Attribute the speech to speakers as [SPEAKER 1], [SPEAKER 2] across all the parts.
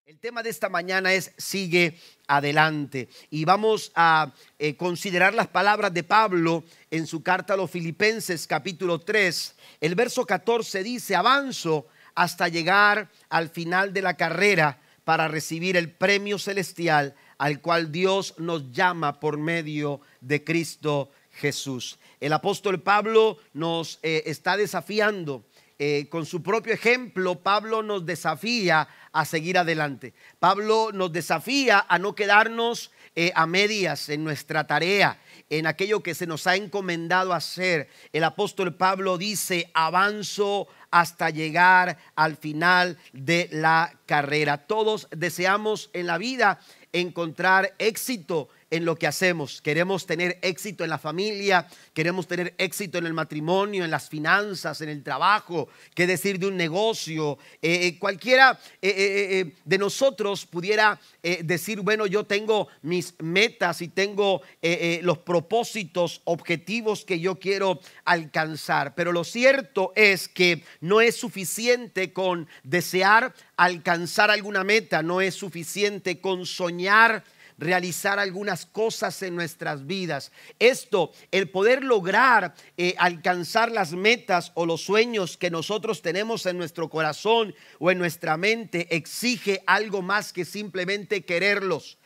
[SPEAKER 1] El tema de esta mañana es sigue adelante y vamos a considerar las palabras de Pablo en su carta a los Filipenses capítulo 3. El verso 14 dice: avanzo hasta llegar al final de la carrera para recibir el premio celestial al cual Dios nos llama por medio de Cristo Jesús. El apóstol Pablo nos está desafiando. Con su propio ejemplo, Pablo nos desafía a seguir adelante. Pablo nos desafía a no quedarnos a medias en nuestra tarea, en aquello que se nos ha encomendado hacer. El apóstol Pablo dice: avanzo hasta llegar al final de la carrera. Todos deseamos en la vida encontrar éxito en lo que hacemos. Queremos tener éxito en la familia, queremos tener éxito en el matrimonio, en las finanzas, en el trabajo, qué decir de un negocio. Cualquiera de nosotros pudiera decir: bueno, yo tengo mis metas y tengo los propósitos, objetivos que yo quiero alcanzar. Pero lo cierto es que no es suficiente con desear alcanzar alguna meta, no es suficiente con soñar realizar algunas cosas en nuestras vidas. El poder lograr alcanzar las metas o los sueños que nosotros tenemos en nuestro corazón o en nuestra mente, exige algo más que simplemente quererlos.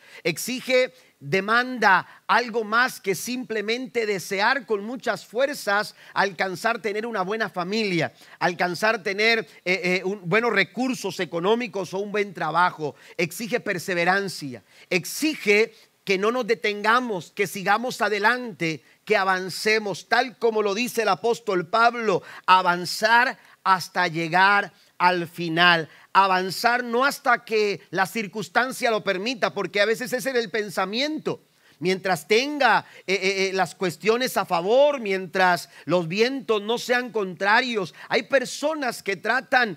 [SPEAKER 1] Demanda algo más que simplemente desear con muchas fuerzas alcanzar tener una buena familia, alcanzar tener buenos recursos económicos o un buen trabajo. Exige perseverancia, exige que no nos detengamos, que sigamos adelante, que avancemos, tal como lo dice el apóstol Pablo: avanzar hasta llegar al final. Avanzar no hasta que la circunstancia lo permita, porque a veces ese es el pensamiento. Mientras tenga las cuestiones a favor, mientras los vientos no sean contrarios. Hay personas que tratan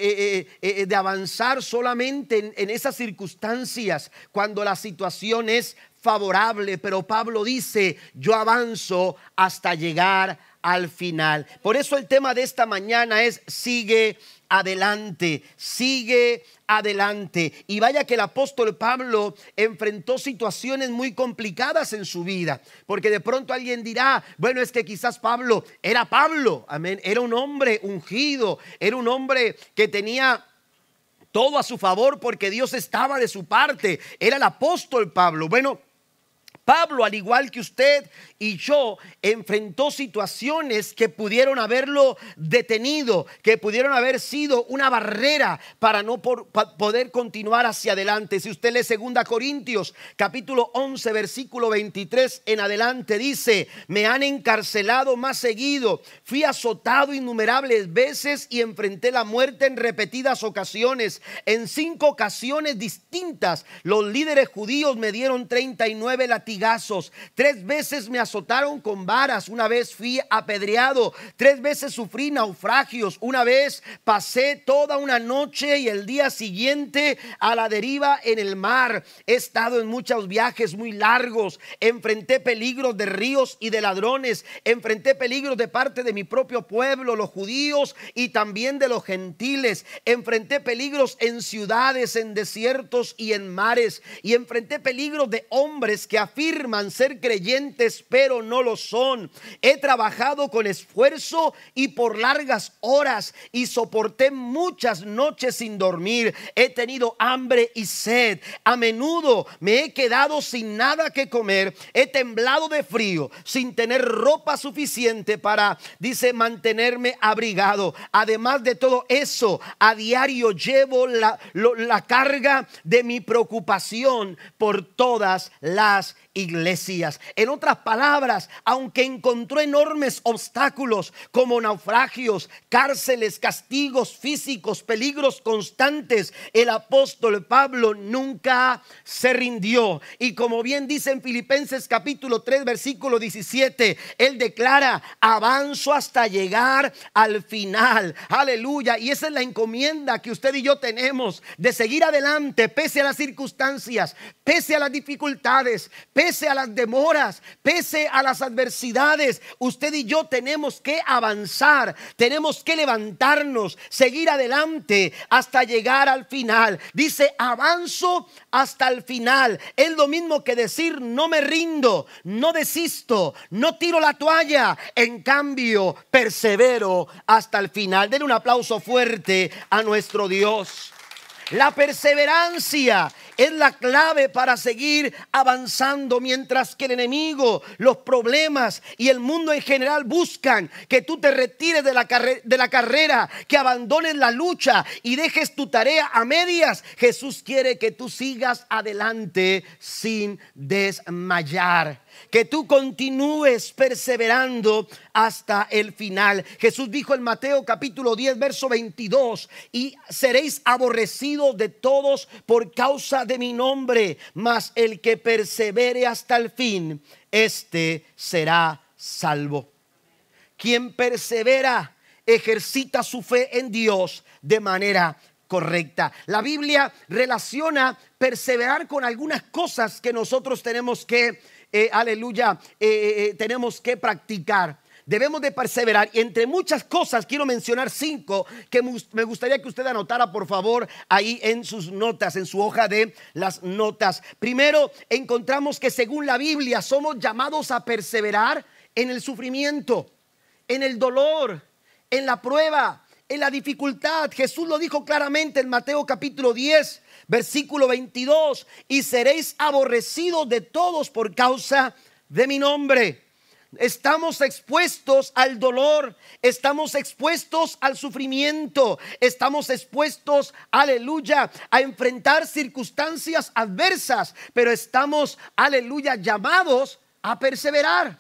[SPEAKER 1] de avanzar solamente en esas circunstancias cuando la situación es favorable. Pero Pablo dice: yo avanzo hasta llegar al final. Por eso el tema de esta mañana es: sigue adelante, sigue adelante. Y vaya que el apóstol Pablo enfrentó situaciones muy complicadas en su vida, porque de pronto alguien dirá: bueno, es que quizás Pablo, amén, era un hombre ungido, era un hombre que tenía todo a su favor porque Dios estaba de su parte, era el apóstol Pablo. Bueno, Pablo, al igual que usted y yo, enfrentó situaciones que pudieron haberlo detenido, que pudieron haber sido una barrera para no poder continuar hacia adelante. Si usted lee 2 Corintios capítulo 11 versículo 23 en adelante, dice: me han encarcelado más seguido, fui azotado innumerables veces y enfrenté la muerte en repetidas ocasiones. En 5 ocasiones distintas los líderes judíos me dieron 39 latigazos. 3 veces me azotaron con varas, una vez fui apedreado, 3 veces sufrí naufragios, una vez pasé toda una noche y el día siguiente a la deriva en el mar. He estado en muchos viajes muy largos, enfrenté peligros de ríos y de ladrones, enfrenté peligros de parte de mi propio pueblo, los judíos, y también de los gentiles. Enfrenté peligros en ciudades, en desiertos y en mares, y enfrenté peligros de hombres que afirman ser creyentes pero no lo son. He trabajado con esfuerzo y por largas horas y soporté muchas noches sin dormir. He tenido hambre y sed. A menudo me he quedado sin nada que comer. He temblado de frío sin tener ropa suficiente para, dice, mantenerme abrigado. Además de todo eso, a diario llevo la carga de mi preocupación por todas las iglesias. En otras palabras, aunque encontró enormes obstáculos como naufragios, cárceles, castigos físicos, peligros constantes, el apóstol Pablo nunca se rindió. Y como bien dice en Filipenses capítulo 3 versículo 17, él declara: avanzo hasta llegar al final. Aleluya. Y esa es la encomienda que usted y yo tenemos, de seguir adelante pese a las circunstancias, pese a las dificultades, pese pese a las demoras, pese a las adversidades, usted y yo tenemos que avanzar, tenemos que levantarnos, seguir adelante hasta llegar al final. Dice, avanzo hasta el final. Es lo mismo que decir, no me rindo, no desisto, no tiro la toalla. En cambio, persevero hasta el final. Denle un aplauso fuerte a nuestro Dios. La perseverancia es la clave para seguir avanzando, mientras que el enemigo, los problemas y el mundo en general buscan que tú te retires de la carrera, que abandones la lucha y dejes tu tarea a medias. Jesús quiere que tú sigas adelante sin desmayar, que tú continúes perseverando hasta el final. Jesús dijo en Mateo capítulo 10 verso 22: y seréis aborrecidos de todos por causa de mi nombre, mas el que persevere hasta el fin, este será salvo. Quien persevera ejercita su fe en Dios de manera correcta. La Biblia relaciona perseverar con algunas cosas que nosotros tenemos que tenemos que practicar. Debemos de perseverar, y entre muchas cosas quiero mencionar 5 que me gustaría que usted anotara, por favor, ahí en sus notas, en su hoja de las notas. Primero, encontramos que según la Biblia somos llamados a perseverar en el sufrimiento, en el dolor, en la prueba, en la dificultad. Jesús lo dijo claramente en Mateo capítulo 10 versículo 22: y seréis aborrecidos de todos por causa de mi nombre. Estamos expuestos al dolor, estamos expuestos al sufrimiento, estamos expuestos, aleluya, a enfrentar circunstancias adversas, pero estamos, aleluya, llamados a perseverar.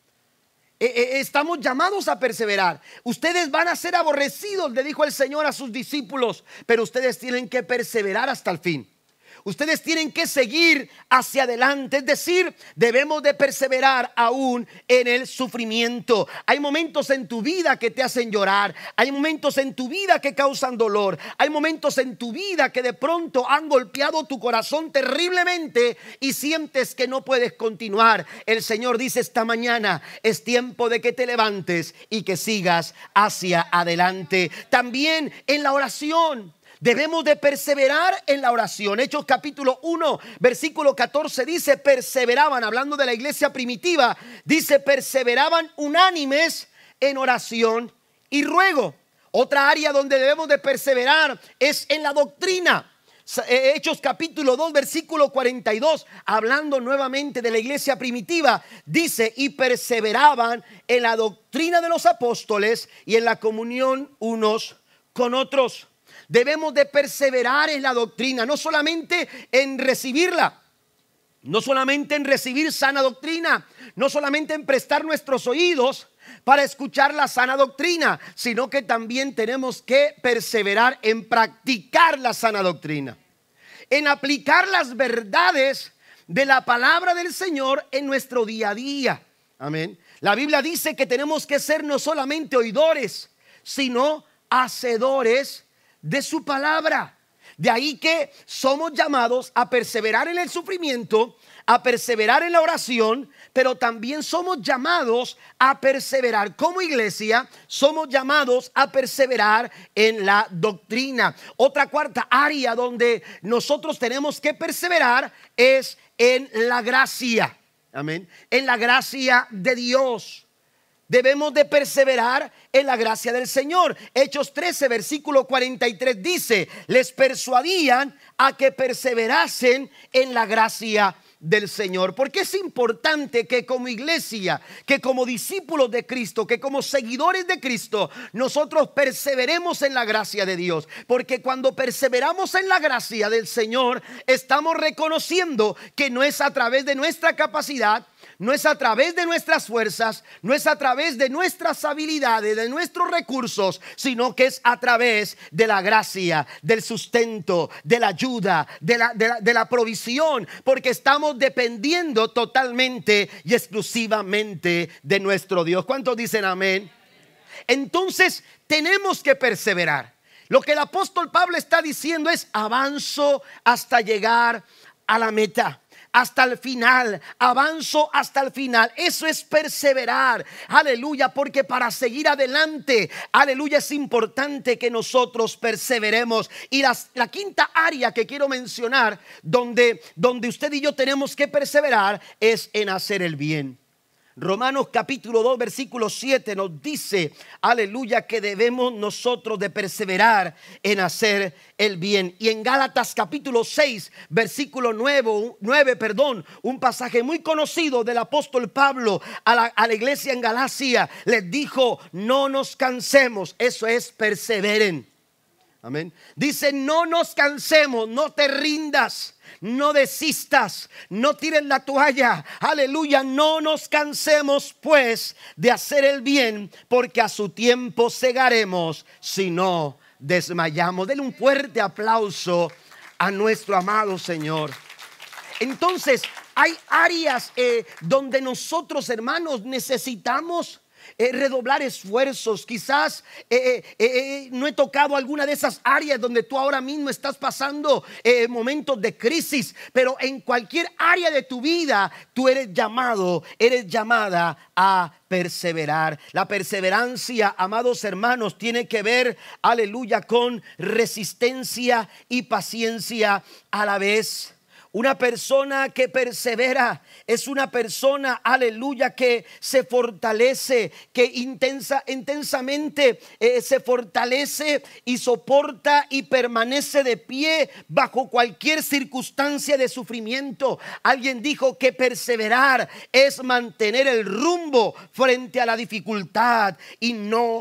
[SPEAKER 1] Estamos llamados a perseverar. Ustedes van a ser aborrecidos, le dijo el Señor a sus discípulos, pero ustedes tienen que perseverar hasta el fin. Ustedes tienen que seguir hacia adelante, es decir, debemos de perseverar aún en el sufrimiento. Hay momentos en tu vida que te hacen llorar, hay momentos en tu vida que causan dolor, hay momentos en tu vida que de pronto han golpeado tu corazón terriblemente y sientes que no puedes continuar. El Señor dice esta mañana: es tiempo de que te levantes y que sigas hacia adelante. También en la oración debemos de perseverar en la oración. Hechos capítulo 1 versículo 14 dice: perseveraban, hablando de la iglesia primitiva, dice: perseveraban unánimes en oración y ruego. Otra área donde debemos de perseverar es en la doctrina. Hechos capítulo 2 versículo 42, hablando nuevamente de la iglesia primitiva, dice: y perseveraban en la doctrina de los apóstoles y en la comunión unos con otros. Debemos de perseverar en la doctrina, no solamente en recibirla, no solamente en recibir sana doctrina, no solamente en prestar nuestros oídos para escuchar la sana doctrina, sino que también tenemos que perseverar en practicar la sana doctrina, en aplicar las verdades de la palabra del Señor en nuestro día a día. Amén. La Biblia dice que tenemos que ser no solamente oidores, sino hacedores de su palabra. De ahí que somos llamados a perseverar en el sufrimiento, a perseverar en la oración, pero también somos llamados a perseverar como iglesia, somos llamados a perseverar en la doctrina. Otra cuarta área donde nosotros tenemos que perseverar es en la gracia. Amén. En la gracia de Dios. Debemos de perseverar en la gracia del Señor. Hechos 13 versículo 43 dice: les persuadían a que perseverasen en la gracia del Señor. Porque es importante que como iglesia, que como discípulos de Cristo, que como seguidores de Cristo, nosotros perseveremos en la gracia de Dios. Porque cuando perseveramos en la gracia del Señor, estamos reconociendo que no es a través de nuestra capacidad, no es a través de nuestras fuerzas, no es a través de nuestras habilidades, de nuestros recursos, sino que es a través de la gracia, del sustento, de la ayuda, de la provisión, porque estamos dependiendo totalmente y exclusivamente de nuestro Dios. ¿Cuántos dicen amén? Entonces tenemos que perseverar. Lo que el apóstol Pablo está diciendo es: avanzo hasta llegar a la meta. hasta el final, avanzo hasta el final. Eso es perseverar, aleluya, porque para seguir adelante, aleluya, es importante que nosotros perseveremos. Y la quinta área que quiero mencionar, donde usted y yo tenemos que perseverar, es en hacer el bien. Romanos capítulo 2 versículo 7 nos dice, aleluya, que debemos nosotros de perseverar en hacer el bien. Y en Gálatas capítulo 6 versículo 9, un pasaje muy conocido del apóstol Pablo a la iglesia en Galacia, les dijo: no nos cansemos, eso es perseveren. Amén. Dice: no nos cansemos, no te rindas, no desistas, no tires la toalla. Aleluya, no nos cansemos pues de hacer el bien, porque a su tiempo segaremos si no desmayamos. Denle un fuerte aplauso a nuestro amado Señor. Entonces, hay áreas donde nosotros, hermanos, necesitamos redoblar esfuerzos. Quizás no he tocado alguna de esas áreas donde tú ahora mismo estás pasando momentos de crisis, pero en cualquier área de tu vida tú eres llamado, eres llamada a perseverar. La perseverancia, amados hermanos, tiene que ver, aleluya, con resistencia y paciencia a la vez. Una persona que persevera es una persona, aleluya, que se fortalece, que intensamente se fortalece y soporta y permanece de pie bajo cualquier circunstancia de sufrimiento. Alguien dijo que perseverar es mantener el rumbo frente a la dificultad y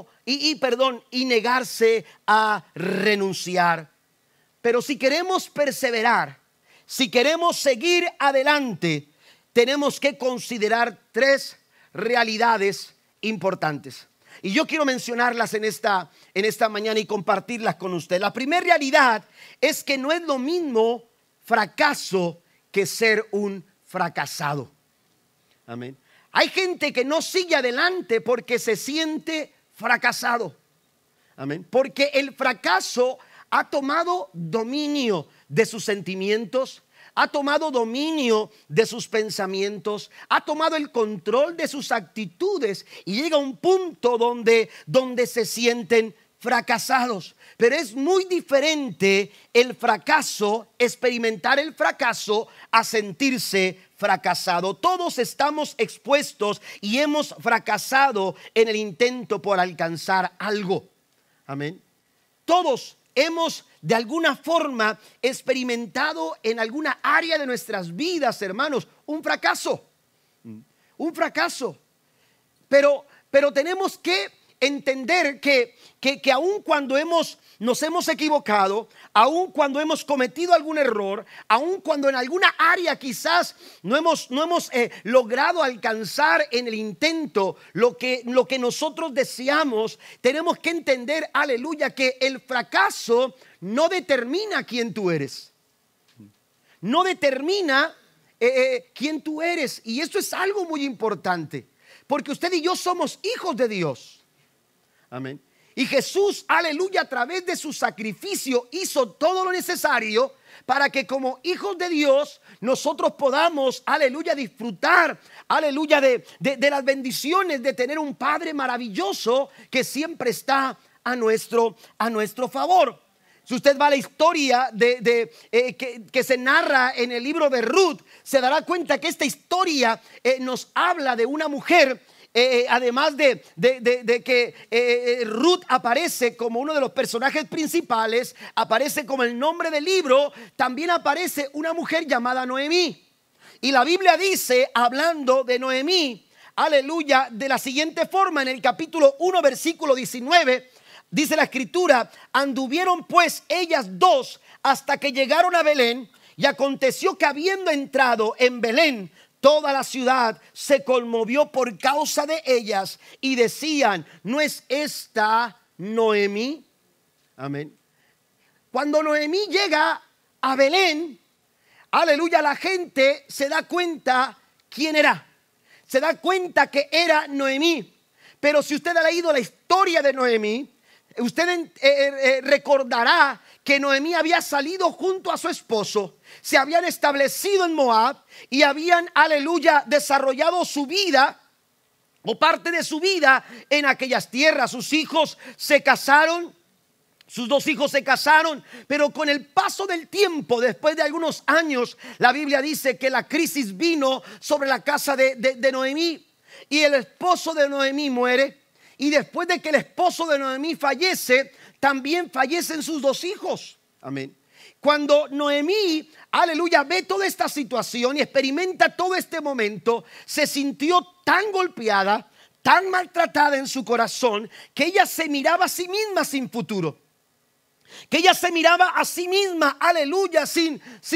[SPEAKER 1] negarse a renunciar. Pero si queremos perseverar, si queremos seguir adelante, tenemos que considerar tres realidades importantes. Y yo quiero mencionarlas en esta mañana y compartirlas con usted. La primera realidad es que no es lo mismo fracaso que ser un fracasado. Amén. Hay gente que no sigue adelante porque se siente fracasado. Amén. Porque el fracaso ha tomado dominio de sus sentimientos, ha tomado dominio de sus pensamientos, ha tomado el control de sus actitudes y llega a un punto donde se sienten fracasados. Pero es muy diferente el fracaso, experimentar el fracaso, a sentirse fracasado. Todos estamos expuestos y hemos fracasado en el intento por alcanzar algo. Amén. Todos hemos de alguna forma experimentado en alguna área de nuestras vidas, hermanos, un fracaso. Un fracaso. Pero tenemos que entender que aun cuando nos hemos equivocado, aun cuando hemos cometido algún error, aun cuando en alguna área quizás no hemos logrado alcanzar en el intento lo que nosotros deseamos, tenemos que entender, aleluya, que el fracaso no determina quién tú eres. No determina quién tú eres. Y esto es algo muy importante, porque usted y yo somos hijos de Dios. Amén. Y Jesús, aleluya, a través de su sacrificio hizo todo lo necesario para que como hijos de Dios nosotros podamos, aleluya, disfrutar, aleluya, de las bendiciones de tener un Padre maravilloso que siempre está a nuestro favor. Si usted va a la historia que se narra en el libro de Ruth, se dará cuenta que esta historia nos habla de una mujer. Además de que Ruth aparece como uno de los personajes principales, aparece como el nombre del libro, también aparece una mujer llamada Noemí. Y la Biblia dice, hablando de Noemí, aleluya, de la siguiente forma: en el capítulo 1 versículo 19, dice la escritura: anduvieron pues ellas dos hasta que llegaron a Belén, y aconteció que habiendo entrado en Belén, toda la ciudad se conmovió por causa de ellas y decían: ¿no es esta Noemí? Amén. Cuando Noemí llega a Belén, aleluya, la gente se da cuenta quién era. Se da cuenta que era Noemí. Pero si usted ha leído la historia de Noemí, usted recordará que Noemí había salido junto a su esposo, se habían establecido en Moab y habían, aleluya, desarrollado su vida o parte de su vida en aquellas tierras. Sus hijos se casaron. Sus dos hijos se casaron, pero con el paso del tiempo, después de algunos años, la Biblia dice que la crisis vino sobre la casa de Noemí. Y el esposo de Noemí muere. Y después de que el esposo de Noemí fallece, también fallecen sus dos hijos. Amén. Cuando Noemí, aleluya, ve toda esta situación y experimenta todo este momento, se sintió tan golpeada, tan maltratada en su corazón, que ella se miraba a sí misma sin futuro. Que ella se miraba a sí misma, aleluya, sin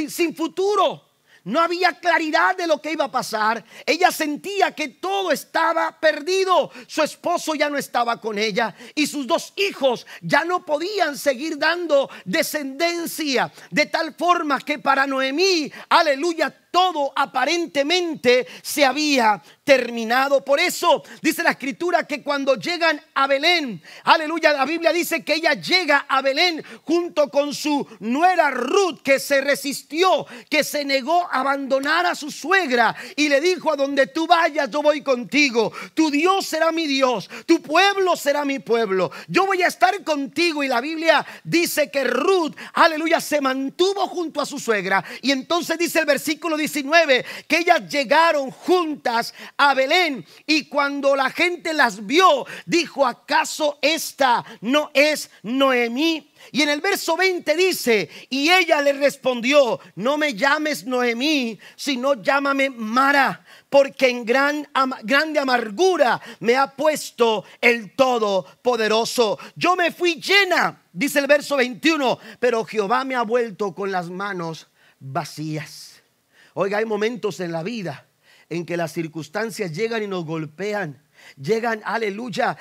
[SPEAKER 1] futuro. No había claridad de lo que iba a pasar. Ella sentía que todo estaba perdido. Su esposo ya no estaba con ella y sus dos hijos ya no podían seguir dando descendencia. De tal forma que para Noemí, aleluya, todo aparentemente se había terminado. Por eso dice la escritura que cuando llegan a Belén, aleluya, la Biblia dice que ella llega a Belén junto con su nuera Ruth, que se resistió, que se negó a abandonar a su suegra y le dijo: a donde tú vayas yo voy contigo, tu Dios será mi Dios, tu pueblo será mi pueblo, yo voy a estar contigo. Y la Biblia dice que Ruth, aleluya, se mantuvo junto a su suegra. Y entonces dice el versículo 19 que ellas llegaron juntas a Belén, y cuando la gente las vio, dijo: ¿acaso esta no es Noemí? Y en el verso 20 dice: y ella le respondió: no me llames Noemí, sino llámame Mara, porque en grande amargura me ha puesto el Todopoderoso. Yo me fui llena, dice el verso 21, pero Jehová me ha vuelto con las manos vacías. Oiga, hay momentos en la vida en que las circunstancias llegan y nos golpean. Llegan, aleluya,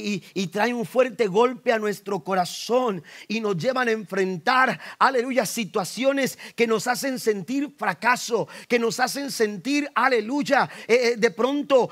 [SPEAKER 1] y traen un fuerte golpe a nuestro corazón y nos llevan a enfrentar, aleluya, situaciones que nos hacen sentir fracaso, que nos hacen sentir, aleluya, de pronto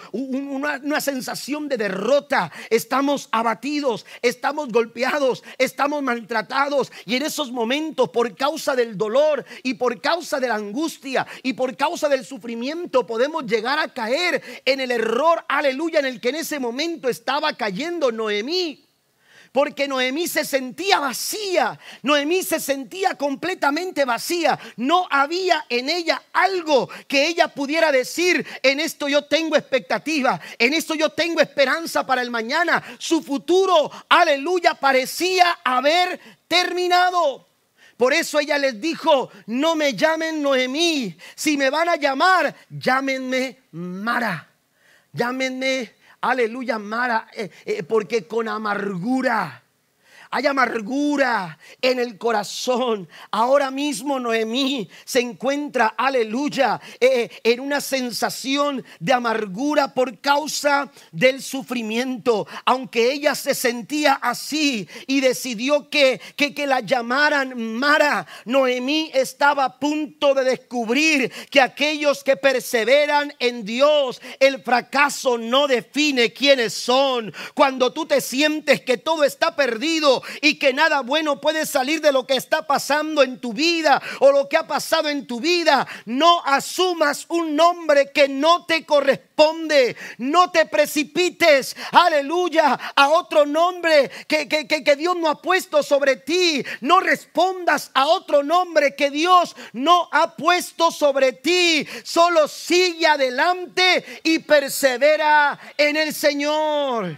[SPEAKER 1] una sensación de derrota. Estamos abatidos, estamos golpeados, estamos maltratados, y en esos momentos, por causa del dolor y por causa de la angustia y por causa del sufrimiento, podemos llegar a caer en el error, aleluya, en el que en ese momento estaba cayendo Noemí. Porque Noemí se sentía vacía. Noemí se sentía completamente vacía. No había en ella algo que ella pudiera decir: en esto yo tengo expectativa, en esto yo tengo esperanza para el mañana. Su futuro, aleluya, parecía haber terminado. Por eso ella les dijo: no me llamen Noemí, si me van a llamar, llámenme Mara. Llámenme, aleluya, Mara, porque con amargura. Hay amargura en el corazón. Ahora mismo Noemí se encuentra, aleluya, en una sensación de amargura por causa del sufrimiento. Aunque ella se sentía así y decidió que la llamaran Mara, Noemí estaba a punto de descubrir que aquellos que perseveran en Dios, el fracaso no define quiénes son. Cuando tú te sientes que todo está perdido y que nada bueno puede salir de lo que está pasando en tu vida o lo que ha pasado en tu vida, no asumas un nombre que no te corresponde. No te precipites, aleluya, a otro nombre que Dios no ha puesto sobre ti. No respondas a otro nombre que Dios no ha puesto sobre ti. Solo sigue adelante y persevera en el Señor.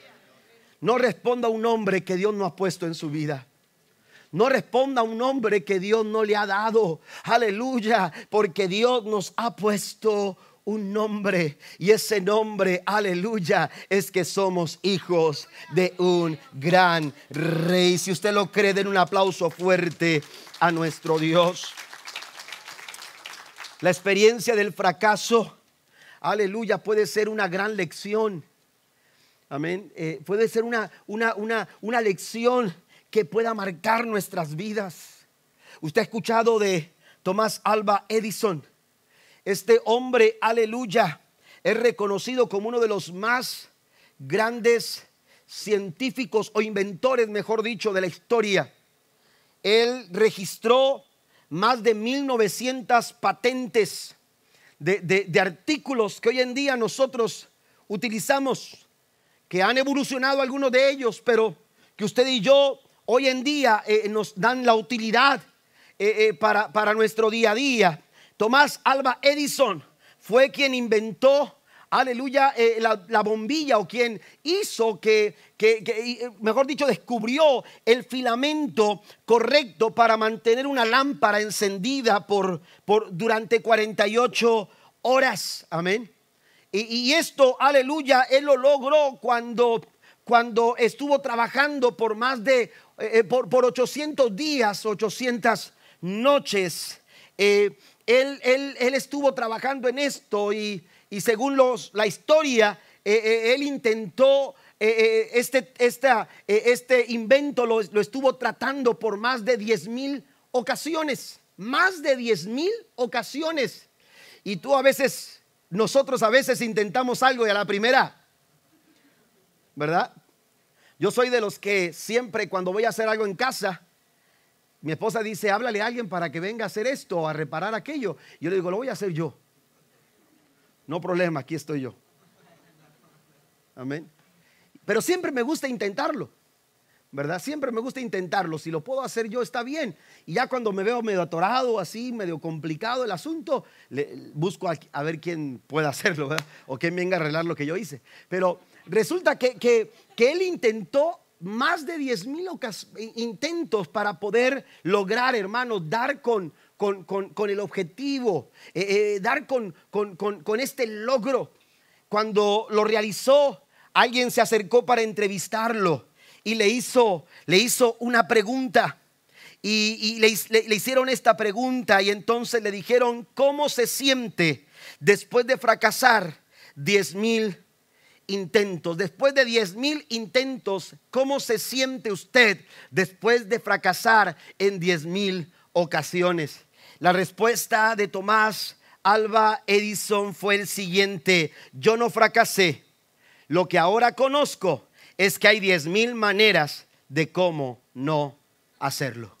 [SPEAKER 1] No responda a un nombre que Dios no ha puesto en su vida. No responda a un nombre que Dios no le ha dado. Aleluya, porque Dios nos ha puesto un nombre, y ese nombre, aleluya, es que somos hijos de un gran rey. Si usted lo cree, den un aplauso fuerte a nuestro Dios. La experiencia del fracaso, aleluya, puede ser una gran lección. Amén. Puede ser una lección que pueda marcar nuestras vidas. Usted ha escuchado de Thomas Alva Edison. Este hombre, aleluya, es reconocido como uno de los más grandes científicos o inventores, mejor dicho, de la historia. él registró más de 1900 patentes de artículos que hoy en día nosotros utilizamos, que han evolucionado algunos de ellos, pero que usted y yo hoy en día nos dan la utilidad para nuestro día a día. Tomás Alva Edison fue quien inventó, aleluya, la bombilla, o quien hizo mejor dicho, descubrió el filamento correcto para mantener una lámpara encendida durante 48 horas. Amén. Y esto, aleluya, él lo logró cuando estuvo trabajando por más de por 800 días, 800 noches. Él estuvo trabajando en esto y según la historia, él intentó este invento lo estuvo tratando por más de 10,000 ocasiones. Más de 10,000 ocasiones. Y nosotros a veces intentamos algo y a la primera, ¿verdad? Yo soy de los que siempre, cuando voy a hacer algo en casa, mi esposa dice: háblale a alguien para que venga a hacer esto o a reparar aquello. Yo le digo: lo voy a hacer yo. No problema, aquí estoy yo. Amén. Pero siempre me gusta intentarlo, ¿verdad? Siempre me gusta intentarlo. Si lo puedo hacer yo, está bien. Y ya cuando me veo medio atorado, así, medio complicado el asunto, busco a ver quién pueda hacerlo, ¿verdad? O quién venga a arreglar lo que yo hice. Pero resulta que él intentó más de 10,000 intentos para poder lograr, hermanos, dar con el objetivo, dar con este logro. Cuando lo realizó, alguien se acercó para entrevistarlo y le hizo una pregunta. Y le hicieron esta pregunta, y entonces le dijeron: ¿cómo se siente después de fracasar 10,000 intentos? Después de 10,000 intentos, ¿cómo se siente usted después de fracasar en 10,000 ocasiones? La respuesta de Tomás Alva Edison fue el siguiente: yo no fracasé. Lo que ahora conozco es que hay 10,000 maneras de cómo no hacerlo.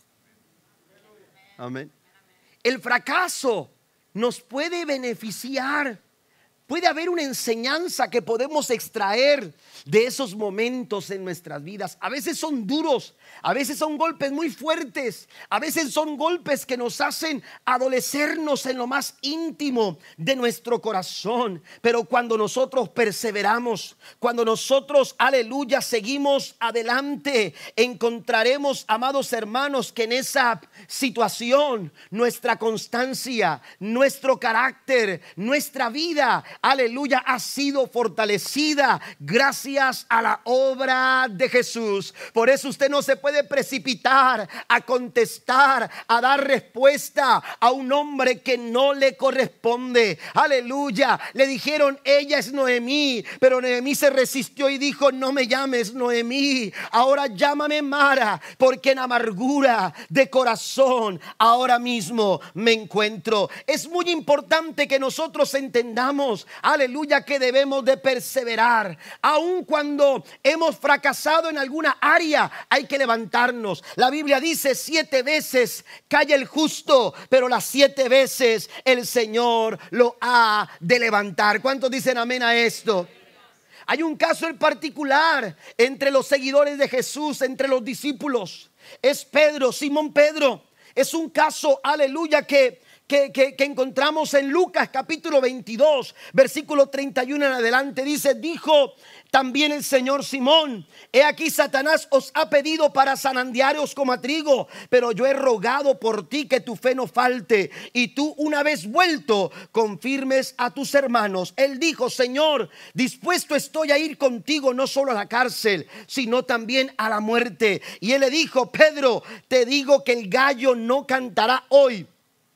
[SPEAKER 1] Amén. El fracaso nos puede beneficiar. Puede haber una enseñanza que podemos extraer de esos momentos en nuestras vidas. A veces son duros, a veces son golpes muy fuertes, a veces son golpes que nos hacen adolecernos en lo más íntimo de nuestro corazón. Pero cuando nosotros perseveramos, cuando nosotros, aleluya, seguimos adelante, encontraremos, amados hermanos, que en esa situación nuestra constancia, nuestro carácter, nuestra vida, aleluya, ha sido fortalecida gracias a la obra de Jesús. Por eso usted no se puede precipitar a contestar, a dar respuesta a un hombre que no le corresponde. Aleluya. Le dijeron: ella es Noemí, pero Noemí se resistió y dijo: no me llames Noemí, ahora llámame Mara, porque en amargura de corazón ahora mismo me encuentro. Es muy importante que nosotros entendamos, aleluya, que debemos de perseverar. Aun cuando hemos fracasado en alguna área, hay que levantarnos. La Biblia dice: 7 veces cae el justo, pero las 7 veces el Señor lo ha de levantar. ¿Cuántos dicen amén a esto? Hay un caso en particular entre los seguidores de Jesús, entre los discípulos. Es Pedro, Simón Pedro. Es un caso, aleluya, que encontramos en Lucas capítulo 22, versículo 31 en adelante. Dice: dijo también el Señor Simón: he aquí Satanás os ha pedido para zarandearos como a trigo, pero yo he rogado por ti que tu fe no falte, y tú, una vez vuelto, confirmes a tus hermanos. Él dijo: Señor, dispuesto estoy a ir contigo, no solo a la cárcel, sino también a la muerte. Y él le dijo: Pedro, te digo que el gallo no cantará hoy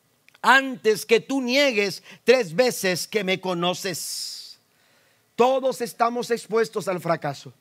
[SPEAKER 1] antes que tú niegues 3 veces que me conoces. Todos estamos expuestos al fracaso.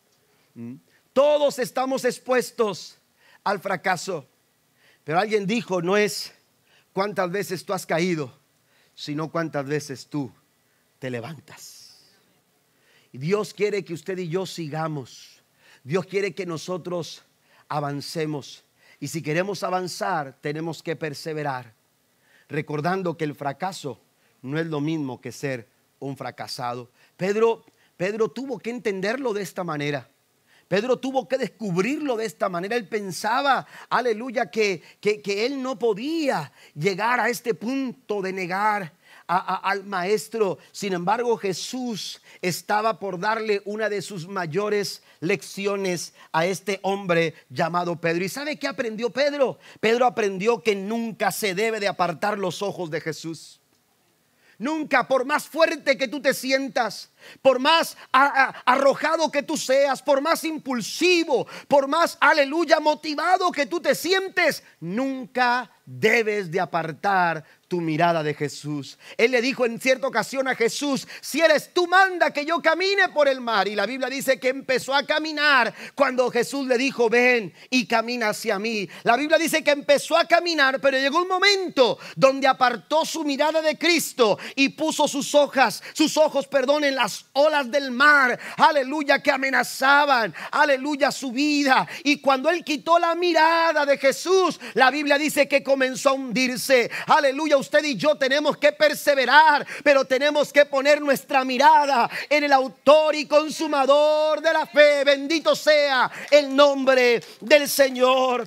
[SPEAKER 1] Todos estamos expuestos al fracaso. Pero alguien dijo: no es cuántas veces tú has caído, sino cuántas veces tú te levantas. Y Dios quiere que usted y yo sigamos. Dios quiere que nosotros avancemos. Y si queremos avanzar, tenemos que perseverar, recordando que el fracaso no es lo mismo que ser un fracasado. Pedro tuvo que entenderlo de esta manera. Pedro tuvo que descubrirlo de esta manera. Él pensaba, aleluya, que él no podía llegar a este punto de negar al maestro. Sin embargo, Jesús estaba por darle una de sus mayores lecciones a este hombre llamado Pedro. ¿Y sabe qué aprendió Pedro? Pedro aprendió que nunca se debe de apartar los ojos de Jesús. Nunca, por más fuerte que tú te sientas, por más arrojado que tú seas, por más impulsivo, por más, aleluya, motivado que tú te sientes, nunca debes de apartar tu mirada de Jesús. Él le dijo en cierta ocasión a Jesús: si eres tú, manda que yo camine por el mar. Y la Biblia dice que empezó a caminar cuando Jesús le dijo: ven y camina hacia mí. La Biblia dice que empezó a caminar, pero llegó un momento donde apartó su mirada de Cristo y puso sus ojos, en las olas del mar, aleluya, que amenazaban, aleluya, su vida. Y cuando él quitó la mirada de Jesús, la Biblia dice que comenzó a hundirse. Aleluya, usted y yo tenemos que perseverar, pero tenemos que poner nuestra mirada en el autor y consumador de la fe. Bendito sea el nombre del Señor.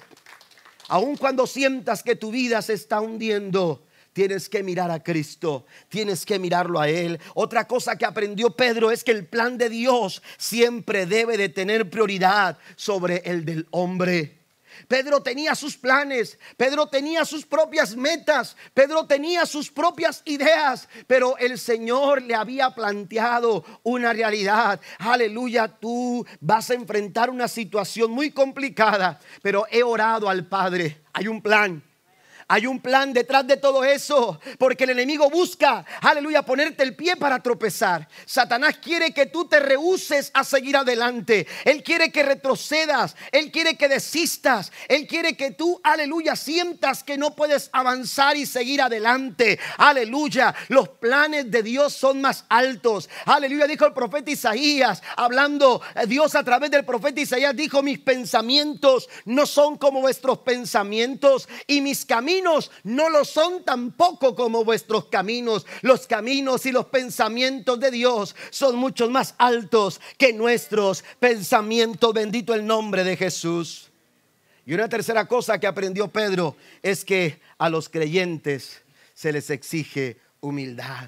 [SPEAKER 1] Aun cuando sientas que tu vida se está hundiendo, tienes que mirar a Cristo, tienes que mirarlo a Él. Otra cosa que aprendió Pedro es que el plan de Dios siempre debe de tener prioridad sobre el del hombre. Pedro tenía sus planes, Pedro tenía sus propias metas, Pedro tenía sus propias ideas, pero el Señor le había planteado una realidad. Aleluya, tú vas a enfrentar una situación muy complicada, pero he orado al Padre. Hay un plan. Hay un plan detrás de todo eso, porque el enemigo busca, aleluya, ponerte el pie para tropezar. Satanás quiere que tú te rehúses a seguir adelante. Él quiere que retrocedas, él quiere que desistas, él quiere que tú, aleluya, sientas que no puedes avanzar y seguir adelante. Aleluya, los planes de Dios son más altos. Aleluya, dijo el profeta Isaías, hablando Dios a través del profeta Isaías, dijo: mis pensamientos no son como vuestros pensamientos, y mis caminos no lo son tampoco como vuestros caminos. Los caminos y los pensamientos de Dios son mucho más altos que nuestros pensamientos. Bendito el nombre de Jesús. Y una tercera cosa que aprendió Pedro es que a los creyentes se les exige humildad.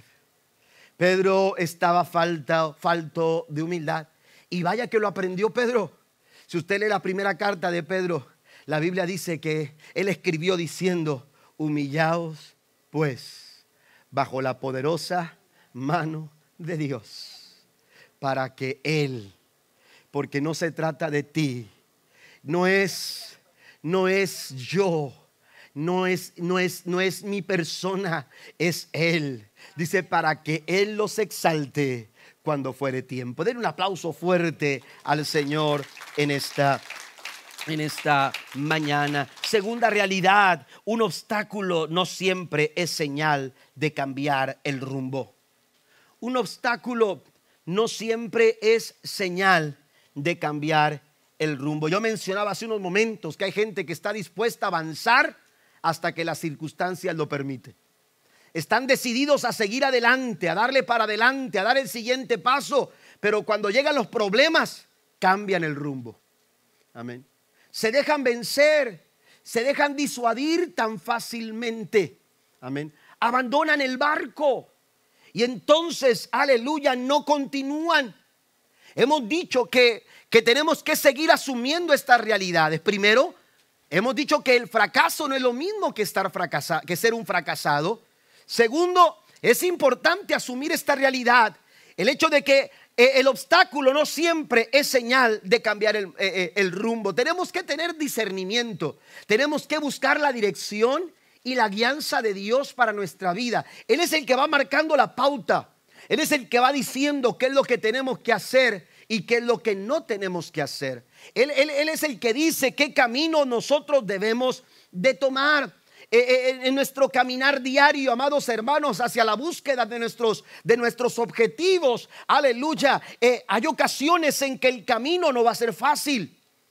[SPEAKER 1] Pedro estaba falto de humildad, y vaya que lo aprendió Pedro. Si usted lee la primera carta de Pedro, la Biblia dice que él escribió diciendo: humillaos pues bajo la poderosa mano de Dios, para que Él, porque no se trata de ti, no es yo, no es mi persona, es Él. Dice: para que Él los exalte cuando fuere tiempo. Den un aplauso fuerte al Señor en esta mañana. Segunda realidad: un obstáculo no siempre es señal de cambiar el rumbo. Un obstáculo no siempre es señal de cambiar el rumbo. Yo mencionaba hace unos momentos que hay gente que está dispuesta a avanzar hasta que las circunstancias lo permiten. Están decididos a seguir adelante, a darle para adelante, a dar el siguiente paso, pero cuando llegan los problemas, cambian el rumbo. Amén. Se dejan vencer, se dejan disuadir tan fácilmente. Amén. Abandonan el barco y entonces, aleluya, no continúan. Hemos dicho que tenemos que seguir asumiendo estas realidades. Primero, hemos dicho que el fracaso no es lo mismo que ser un fracasado. Segundo, es importante asumir esta realidad, el hecho de que el obstáculo no siempre es señal de cambiar el rumbo. Tenemos que tener discernimiento, tenemos que buscar la dirección y la guianza de Dios para nuestra vida. Él es el que va marcando la pauta, Él es el que va diciendo qué es lo que tenemos que hacer y qué es lo que no tenemos que hacer. Él es el que dice qué camino nosotros debemos de tomar. En nuestro caminar diario, amados hermanos, hacia la búsqueda de nuestros objetivos, aleluya, hay ocasiones en que el camino no va a ser fácil.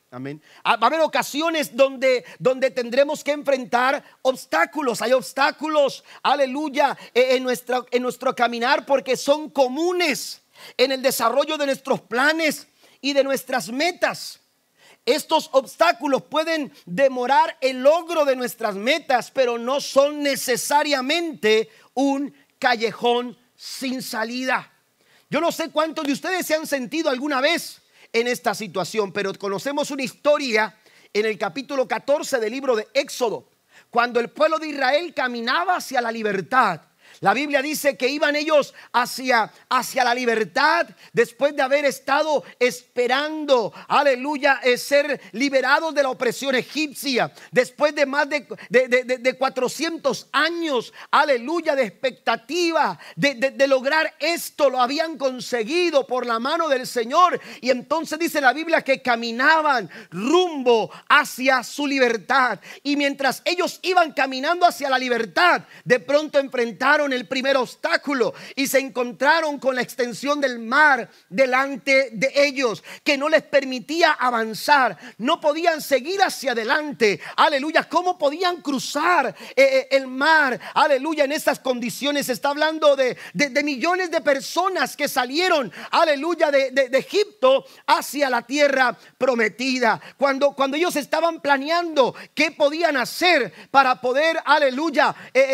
[SPEAKER 1] Amén. Va a haber ocasiones donde tendremos que enfrentar obstáculos. Hay obstáculos, aleluya, en nuestro caminar, porque son comunes en el desarrollo de nuestros planes y de nuestras metas. Estos obstáculos pueden demorar el logro de nuestras metas, pero no son necesariamente un callejón sin salida. Yo no sé cuántos de ustedes se han sentido alguna vez en esta situación, pero conocemos una historia en el capítulo 14 del libro de Éxodo, cuando el pueblo de Israel caminaba hacia la libertad. La Biblia dice que iban ellos hacia la libertad después de haber estado esperando, aleluya, ser liberados de la opresión egipcia. Después de más de 400 años, aleluya, de expectativa de lograr esto, lo habían conseguido por la mano del Señor. Y entonces dice la Biblia que caminaban rumbo hacia su libertad. Y mientras ellos iban caminando hacia la libertad, de pronto enfrentaron el primer obstáculo y se encontraron con la extensión del mar delante de ellos, que no les permitía avanzar. No podían seguir hacia adelante, aleluya. ¿Cómo podían cruzar el mar? Aleluya. En estas condiciones está hablando de millones de personas que salieron, aleluya, de Egipto hacia la tierra prometida. Cuando ellos estaban planeando qué podían hacer para poder, aleluya,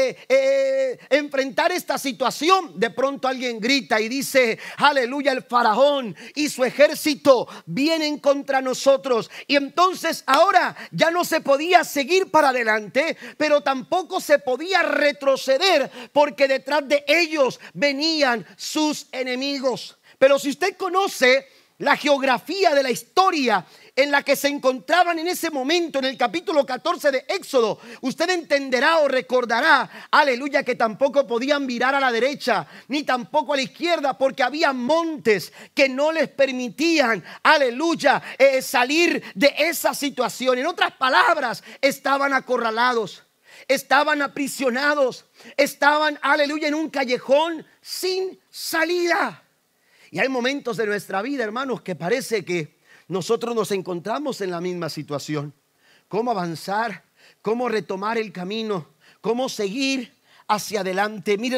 [SPEAKER 1] enfrentar esta situación, de pronto alguien grita y dice, aleluya, el faraón y su ejército vienen contra nosotros. Y entonces ahora ya no se podía seguir para adelante, pero tampoco se podía retroceder, porque detrás de ellos venían sus enemigos. Pero si usted conoce la geografía de la historia en la que se encontraban en ese momento, en el capítulo 14 de Éxodo, usted entenderá o recordará, aleluya, que tampoco podían virar a la derecha ni tampoco a la izquierda, porque había montes que no les permitían, aleluya, salir de esa situación. En otras palabras, estaban acorralados, estaban aprisionados, estaban, aleluya, en un callejón sin salida. Y hay momentos de nuestra vida, hermanos, que parece que nosotros nos encontramos en la misma situación. ¿Cómo avanzar? ¿Cómo retomar el camino? ¿Cómo seguir hacia adelante? Mire,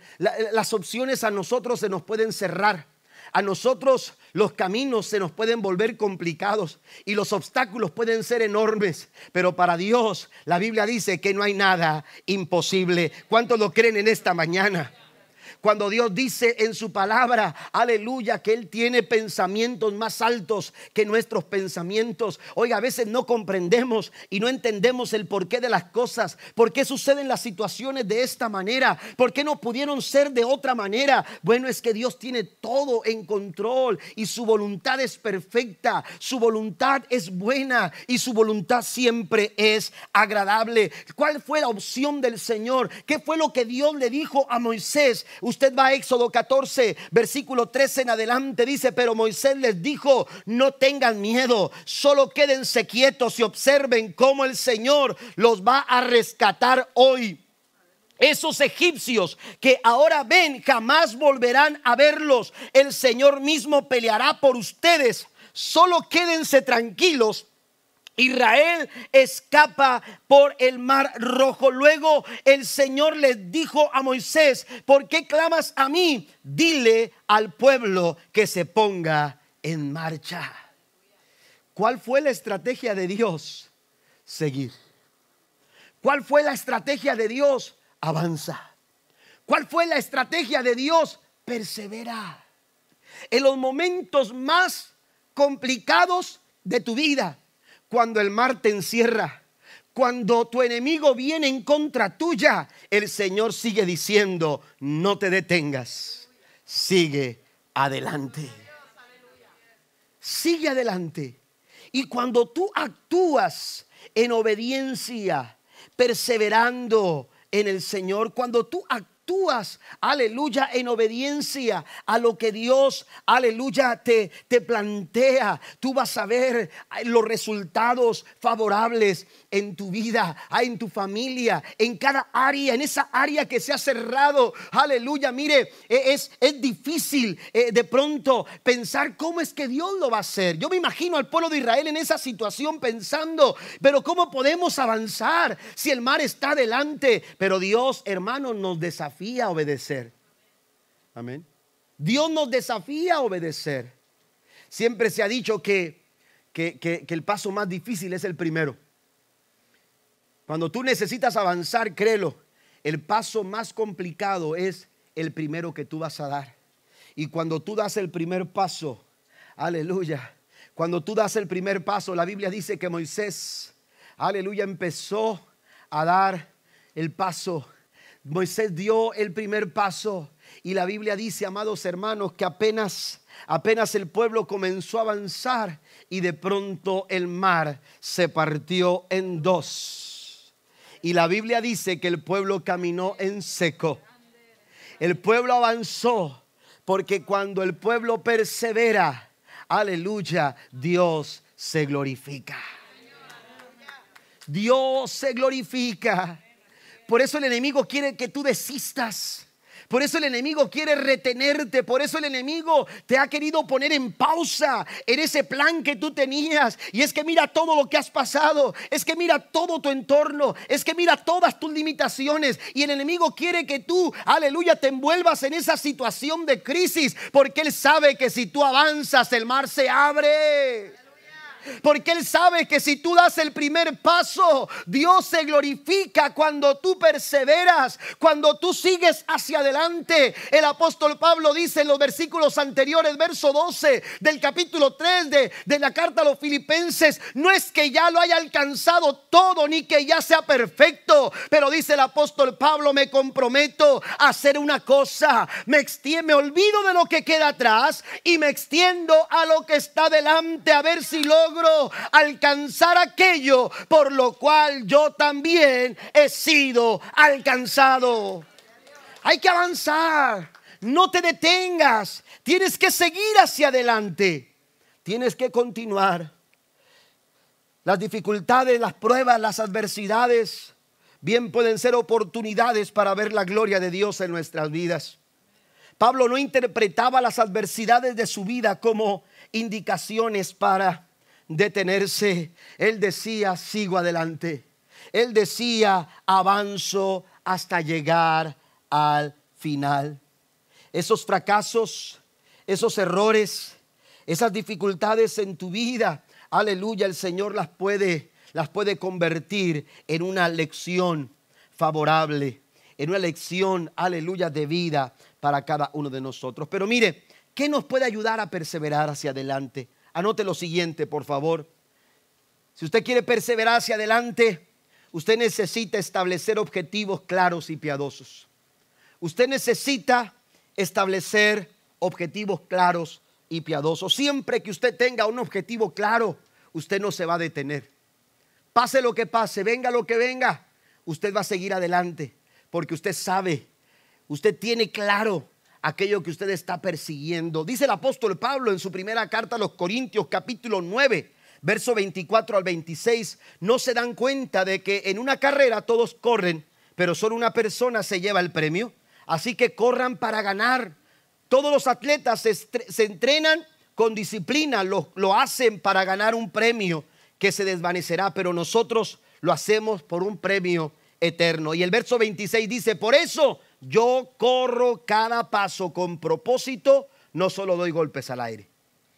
[SPEAKER 1] las opciones a nosotros se nos pueden cerrar. A nosotros los caminos se nos pueden volver complicados y los obstáculos pueden ser enormes. Pero para Dios, la Biblia dice que no hay nada imposible. ¿Cuántos lo creen en esta mañana? Cuando Dios dice en su palabra, aleluya, que Él tiene pensamientos más altos que nuestros pensamientos. Oiga, a veces no comprendemos y no entendemos el porqué de las cosas. ¿Por qué suceden las situaciones de esta manera? ¿Por qué no pudieron ser de otra manera? Bueno, es que Dios tiene todo en control y su voluntad es perfecta. Su voluntad es buena y su voluntad siempre es agradable. ¿Cuál fue la opción del Señor? ¿Qué fue lo que Dios le dijo a Moisés? Usted va a Éxodo 14, versículo 13 en adelante, dice: pero Moisés les dijo, no tengan miedo, solo quédense quietos y observen cómo el Señor los va a rescatar hoy. Esos egipcios que ahora ven, jamás volverán a verlos. El Señor mismo peleará por ustedes. Solo quédense tranquilos. Israel escapa por el mar rojo. Luego el Señor les dijo a Moisés: ¿por qué clamas a mí? Dile al pueblo que se ponga en marcha. ¿Cuál fue la estrategia de Dios? Seguir. ¿Cuál fue la estrategia de Dios? Avanza. ¿Cuál fue la estrategia de Dios? Persevera. En los momentos más complicados de tu vida, cuando el mar te encierra, cuando tu enemigo viene en contra tuya, el Señor sigue diciendo: no te detengas, sigue adelante. Sigue adelante. Y cuando tú actúas en obediencia, perseverando en el Señor, cuando tú actúas actúas, aleluya, en obediencia a lo que Dios, aleluya, te plantea, tú vas a ver los resultados favorables en tu vida, en tu familia, en cada área, en esa área que se ha cerrado. Aleluya, mire, es difícil de pronto pensar cómo es que Dios lo va a hacer. Yo me imagino al pueblo de Israel en esa situación pensando, pero ¿cómo podemos avanzar si el mar está delante? Pero Dios, hermanos, nos desafía a obedecer. Amén. Dios nos desafía a obedecer. Siempre se ha dicho que el paso más difícil es el primero. Cuando tú necesitas avanzar, créelo, el paso más complicado es el primero que tú vas a dar. Y cuando tú das el primer paso, aleluya, cuando tú das el primer paso, la Biblia dice que Moisés, aleluya, empezó a dar el paso. Moisés dio el primer paso y la Biblia dice, amados hermanos, que apenas el pueblo comenzó a avanzar y de pronto el mar se partió en dos. Y la Biblia dice que el pueblo caminó en seco. El pueblo avanzó porque cuando el pueblo persevera, aleluya, Dios se glorifica. Dios se glorifica. Por eso el enemigo quiere que tú desistas. Por eso el enemigo quiere retenerte. Por eso el enemigo te ha querido poner en pausa en ese plan que tú tenías. Y es que mira todo lo que has pasado. Es que mira todo tu entorno. Es que mira todas tus limitaciones. Y el enemigo quiere que tú, aleluya, te envuelvas en esa situación de crisis. Porque él sabe que si tú avanzas, el mar se abre. Porque él sabe que si tú das el primer paso, Dios se glorifica cuando tú perseveras, cuando tú sigues hacia adelante. El apóstol Pablo dice en los versículos anteriores, verso 12 del capítulo 3 de la carta a los Filipenses, no es que ya lo haya alcanzado todo ni que ya sea perfecto, pero dice el apóstol Pablo, me comprometo a hacer una cosa, me olvido de lo que queda atrás y me extiendo a lo que está delante, a ver si logro alcanzar aquello por lo cual yo también he sido alcanzado. Hay que avanzar, no te detengas, tienes que seguir hacia adelante, tienes que continuar. Las dificultades, las pruebas, las adversidades bien pueden ser oportunidades para ver la gloria de Dios en nuestras vidas. Pablo no interpretaba las adversidades de su vida como indicaciones para detenerse. Él decía, sigo adelante. Él decía, avanzo hasta llegar al final. Esos fracasos, esos errores, esas dificultades en tu vida, aleluya, el Señor las puede convertir en una lección favorable, en una lección, aleluya, de vida para cada uno de nosotros. Pero mire, ¿qué nos puede ayudar a perseverar hacia adelante? Anote lo siguiente, por favor. Si usted quiere perseverar hacia adelante, usted necesita establecer objetivos claros y piadosos. Usted necesita establecer objetivos claros y piadosos. Siempre que usted tenga un objetivo claro, usted no se va a detener. Pase lo que pase, venga lo que venga, usted va a seguir adelante, porque usted sabe, usted tiene claro aquello que usted está persiguiendo. Dice el apóstol Pablo en su primera carta a los Corintios, capítulo 9, verso 24 al 26. No se dan cuenta de que en una carrera todos corren, pero solo una persona se lleva el premio. Así que corran para ganar. Todos los atletas se entrenan con disciplina, lo hacen para ganar un premio que se desvanecerá, pero nosotros lo hacemos por un premio eterno. Y el verso 26 dice, por eso yo corro cada paso con propósito, no solo doy golpes al aire.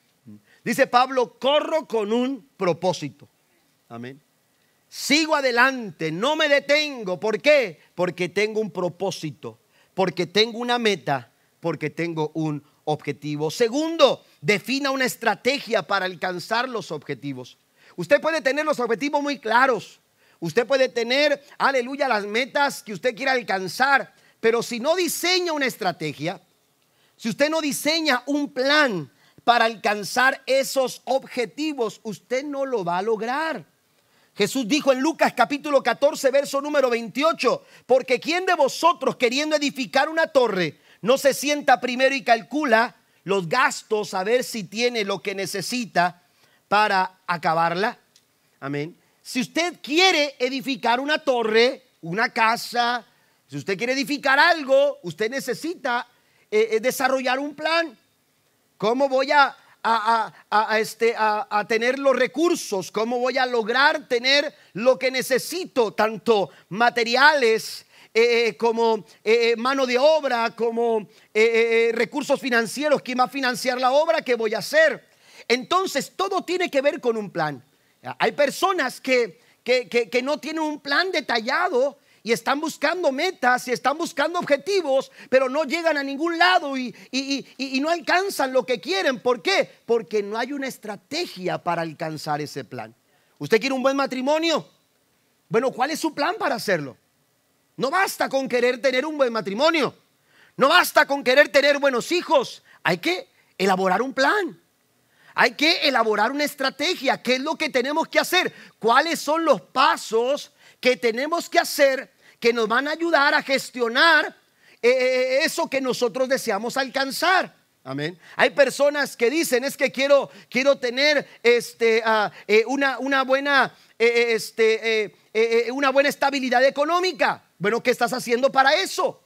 [SPEAKER 1] Dice Pablo, corro con un propósito. Amén. Sigo adelante, no me detengo. ¿Por qué? Porque tengo un propósito, porque tengo una meta, porque tengo un objetivo. Segundo, defina una estrategia para alcanzar los objetivos. Usted puede tener los objetivos muy claros. Usted puede tener, aleluya, las metas que usted quiera alcanzar. Pero si no diseña una estrategia, si usted no diseña un plan para alcanzar esos objetivos, usted no lo va a lograr. Jesús dijo en Lucas capítulo 14, verso número 28, porque ¿quién de vosotros queriendo edificar una torre no se sienta primero y calcula los gastos a ver si tiene lo que necesita para acabarla? Amén. Si usted quiere edificar una torre, una casa, si usted quiere edificar algo, usted necesita desarrollar un plan. ¿Cómo voy a tener los recursos? ¿Cómo voy a lograr tener lo que necesito? Tanto materiales como mano de obra, como recursos financieros. ¿Quién va a financiar la obra que voy a hacer? Entonces todo tiene que ver con un plan. Hay personas que no tienen un plan detallado y están buscando metas y están buscando objetivos, pero no llegan a ningún lado y no alcanzan lo que quieren. ¿Por qué? Porque no hay una estrategia para alcanzar ese plan. ¿Usted quiere un buen matrimonio? Bueno, ¿cuál es su plan para hacerlo? No basta con querer tener un buen matrimonio. No basta con querer tener buenos hijos. Hay que elaborar un plan. Hay que elaborar una estrategia. ¿Qué es lo que tenemos que hacer? ¿Cuáles son los pasos que tenemos que hacer que nos van a ayudar a gestionar eso que nosotros deseamos alcanzar? Amén. Hay personas que dicen, es que quiero tener una buena estabilidad económica. Bueno, ¿qué estás haciendo para eso?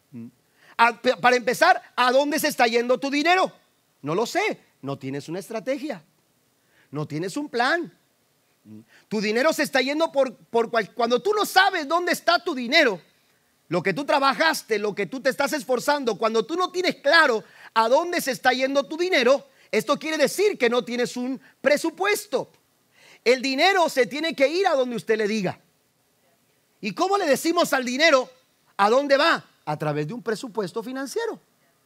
[SPEAKER 1] Para empezar, ¿a dónde se está yendo tu dinero? No lo sé. No tienes una estrategia. No tienes un plan. Tu dinero se está yendo cuando tú no sabes dónde está tu dinero, lo que tú trabajaste, lo que tú te estás esforzando, cuando tú no tienes claro a dónde se está yendo tu dinero, esto quiere decir que no tienes un presupuesto. El dinero se tiene que ir a donde usted le diga. ¿Y cómo le decimos al dinero a dónde va? A través de un presupuesto financiero.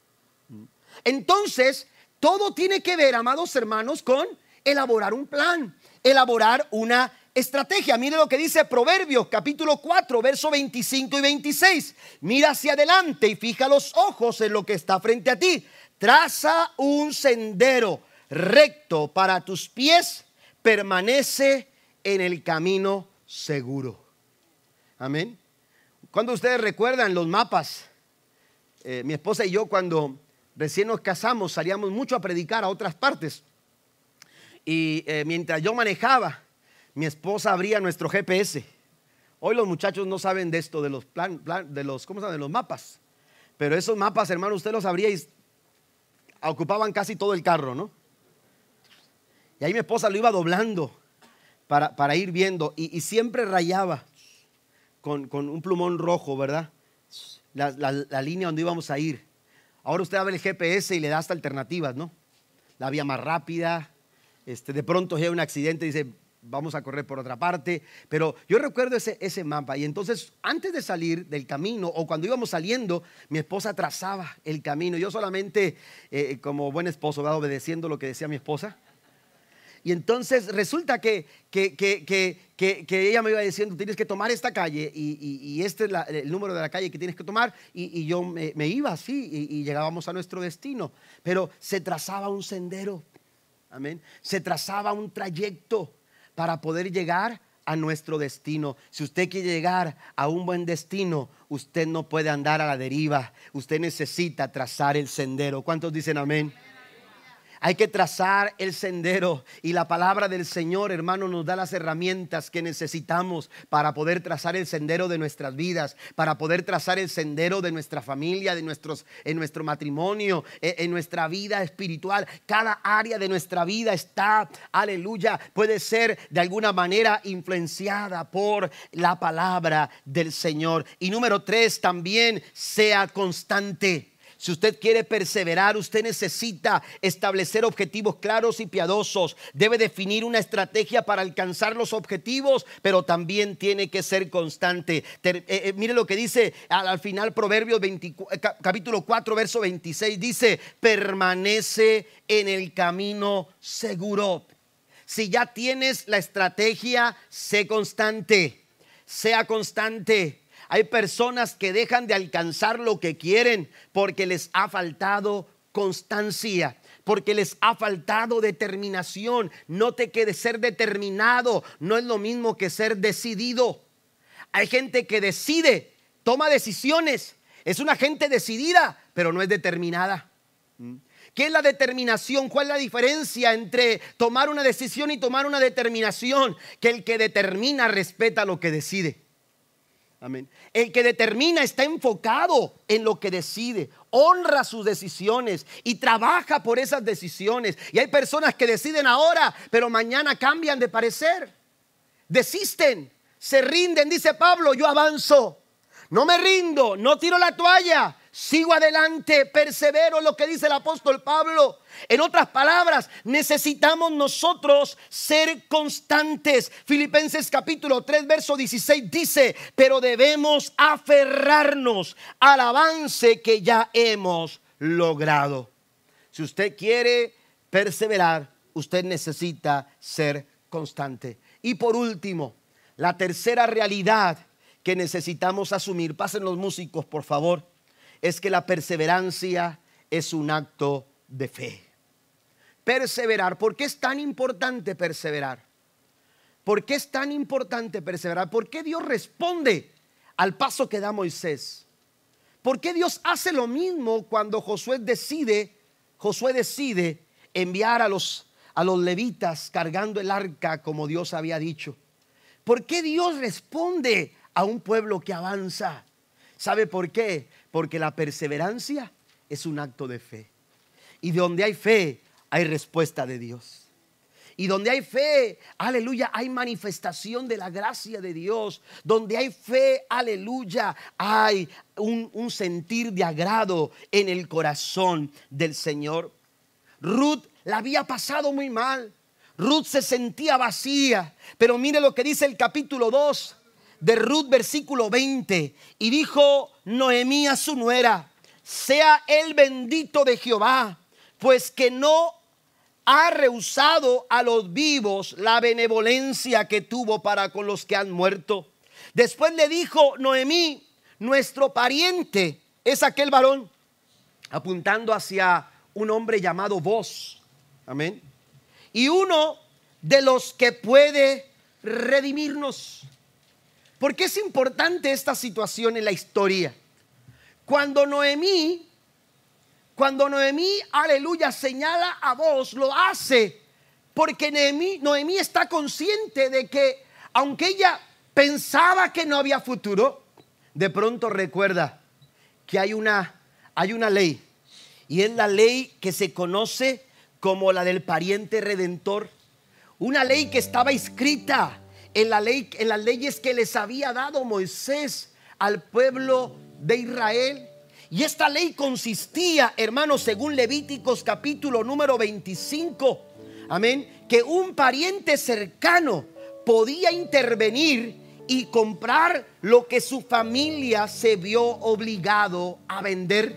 [SPEAKER 1] Entonces, todo tiene que ver, amados hermanos, con elaborar un plan, elaborar una estrategia. Mire lo que dice Proverbios capítulo 4, verso 25 y 26. Mira hacia adelante y fija los ojos en lo que está frente a ti. Traza un sendero recto para tus pies, permanece en el camino seguro. Amén. Cuando ustedes recuerdan los mapas, mi esposa y yo cuando recién nos casamos salíamos mucho a predicar a otras partes. Y mientras yo manejaba, mi esposa abría nuestro GPS. Hoy los muchachos no saben de esto, de los ¿cómo se llama? De los mapas. Pero esos mapas, hermano, usted los abría y ocupaban casi todo el carro, ¿no? Y ahí mi esposa lo iba doblando para ir viendo y siempre rayaba con un plumón rojo, ¿verdad? La línea donde íbamos a ir. Ahora usted abre el GPS y le da hasta alternativas, ¿no? La vía más rápida. De pronto hay un accidente y dice, vamos a correr por otra parte. Pero yo recuerdo ese mapa. Y entonces, antes de salir del camino o cuando íbamos saliendo, mi esposa trazaba el camino. Yo solamente, como buen esposo, ¿verdad? Obedeciendo lo que decía mi esposa. Y entonces resulta que ella me iba diciendo, tienes que tomar esta calle y este es el número de la calle que tienes que tomar. Y yo me iba así y llegábamos a nuestro destino. Pero se trazaba un sendero. Amén. Se trazaba un trayecto para poder llegar a nuestro destino. Si usted quiere llegar a un buen destino, usted no puede andar a la deriva. Usted necesita trazar el sendero. ¿Cuántos dicen amén? Hay que trazar el sendero y la palabra del Señor, hermano, nos da las herramientas que necesitamos para poder trazar el sendero de nuestras vidas, para poder trazar el sendero de nuestra familia, en nuestro matrimonio, en nuestra vida espiritual. Cada área de nuestra vida está, aleluya, puede ser de alguna manera influenciada por la palabra del Señor. Y número 3, también sea constante. Si usted quiere perseverar, usted necesita establecer objetivos claros y piadosos. Debe definir una estrategia para alcanzar los objetivos, pero también tiene que ser constante. Mire lo que dice al final Proverbios capítulo 4, verso 26. Dice, permanece en el camino seguro. Si ya tienes la estrategia, sé constante. Sea constante. Hay personas que dejan de alcanzar lo que quieren porque les ha faltado constancia, porque les ha faltado determinación. Note que de ser determinado no es lo mismo que ser decidido. Hay gente que decide, toma decisiones, es una gente decidida, pero no es determinada. ¿Qué es la determinación? ¿Cuál es la diferencia entre tomar una decisión y tomar una determinación? Que el que determina respeta lo que decide. Amén. El que determina está enfocado en lo que decide, honra sus decisiones y trabaja por esas decisiones. Y hay personas que deciden ahora, pero mañana cambian de parecer. Desisten, se rinden. Dice Pablo: yo avanzo, no me rindo, no tiro la toalla, sigo adelante, persevero, lo que dice el apóstol Pablo. En otras palabras, necesitamos nosotros ser constantes. Filipenses capítulo 3 verso 16 dice: pero debemos aferrarnos al avance que ya hemos logrado. Si usted quiere perseverar, usted necesita ser constante. Y por último, la tercera realidad que necesitamos asumir, pasen los músicos por favor, es que la perseverancia es un acto de fe. Perseverar. ¿Por qué es tan importante perseverar? ¿Por qué es tan importante perseverar? ¿Por qué Dios responde al paso que da Moisés? ¿Por qué Dios hace lo mismo cuando Josué decide enviar a los levitas cargando el arca como Dios había dicho? ¿Por qué Dios responde a un pueblo que avanza? ¿Sabe por qué? Porque la perseverancia es un acto de fe. Y donde hay fe, hay respuesta de Dios. Y donde hay fe, aleluya, hay manifestación de la gracia de Dios. Donde hay fe, aleluya, hay un sentir de agrado en el corazón del Señor. Ruth la había pasado muy mal. Ruth se sentía vacía. Pero mire lo que dice el capítulo 2 de Ruth, versículo 20. Y dijo Noemí a su nuera: sea el bendito de Jehová, pues que no ha rehusado a los vivos la benevolencia que tuvo para con los que han muerto. Después le dijo Noemí: nuestro pariente es aquel varón, apuntando hacia un hombre llamado Boz. Amén. Y uno de los que puede redimirnos. ¿Por qué es importante esta situación en la historia? Cuando Noemí, aleluya, señala a Boz, lo hace porque Noemí está consciente de que aunque ella pensaba que no había futuro, de pronto recuerda que hay una ley, y es la ley que se conoce como la del pariente redentor. Una ley que estaba escrita en las leyes que les había dado Moisés al pueblo de Israel. Y esta ley consistía, hermanos, según Levíticos capítulo número 25, amén, que un pariente cercano podía intervenir y comprar lo que su familia se vio obligado a vender.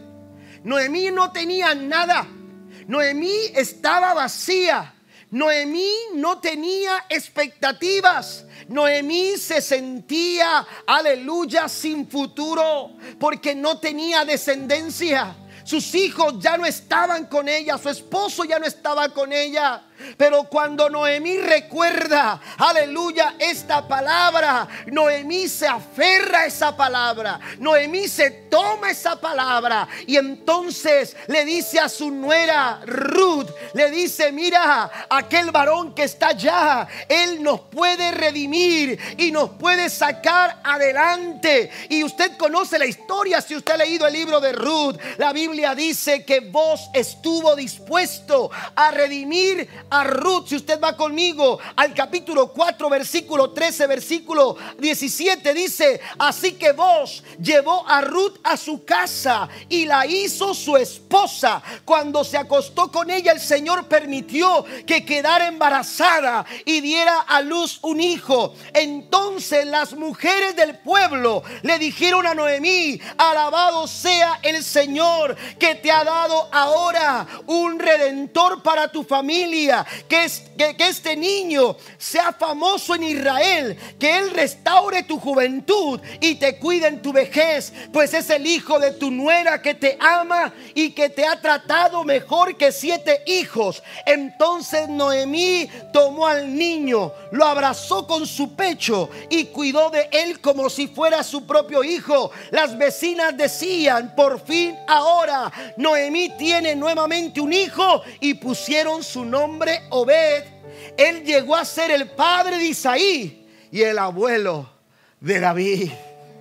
[SPEAKER 1] Noemí no tenía nada. Noemí estaba vacía. Noemí no tenía expectativas. Noemí se sentía, aleluya, sin futuro, porque no tenía descendencia. Sus hijos ya no estaban con ella, su esposo ya no estaba con ella. Pero cuando Noemí recuerda, aleluya, esta palabra, Noemí se aferra a esa palabra. Noemí se toma esa palabra y entonces le dice a su nuera Ruth, le dice: mira, aquel varón que está allá, él nos puede redimir y nos puede sacar adelante. Y usted conoce la historia, si usted ha leído el libro de Ruth. La Biblia dice que Boz estuvo dispuesto a redimir a Ruth. Si usted va conmigo al capítulo 4 versículo 13, versículo 17, dice: así que Boz llevó a Ruth a su casa y la hizo su esposa. Cuando se acostó con ella, el Señor permitió que quedara embarazada y diera a luz un hijo. Entonces las mujeres del pueblo le dijeron a Noemí: alabado sea el Señor, que te ha dado ahora un redentor para tu familia. aleluya, que este niño sea famoso en Israel, que Él restaure tu juventud y te cuide en tu vejez, pues es el hijo de tu nuera que te ama y que te ha tratado mejor que 7 hijos. Entonces Noemí tomó al niño, lo abrazó con su pecho y cuidó de él como si fuera su propio hijo. Las vecinas decían: por fin ahora Noemí tiene nuevamente un hijo, y pusieron su nombre Obed. Él llegó a ser el padre de Isaí y el abuelo de David.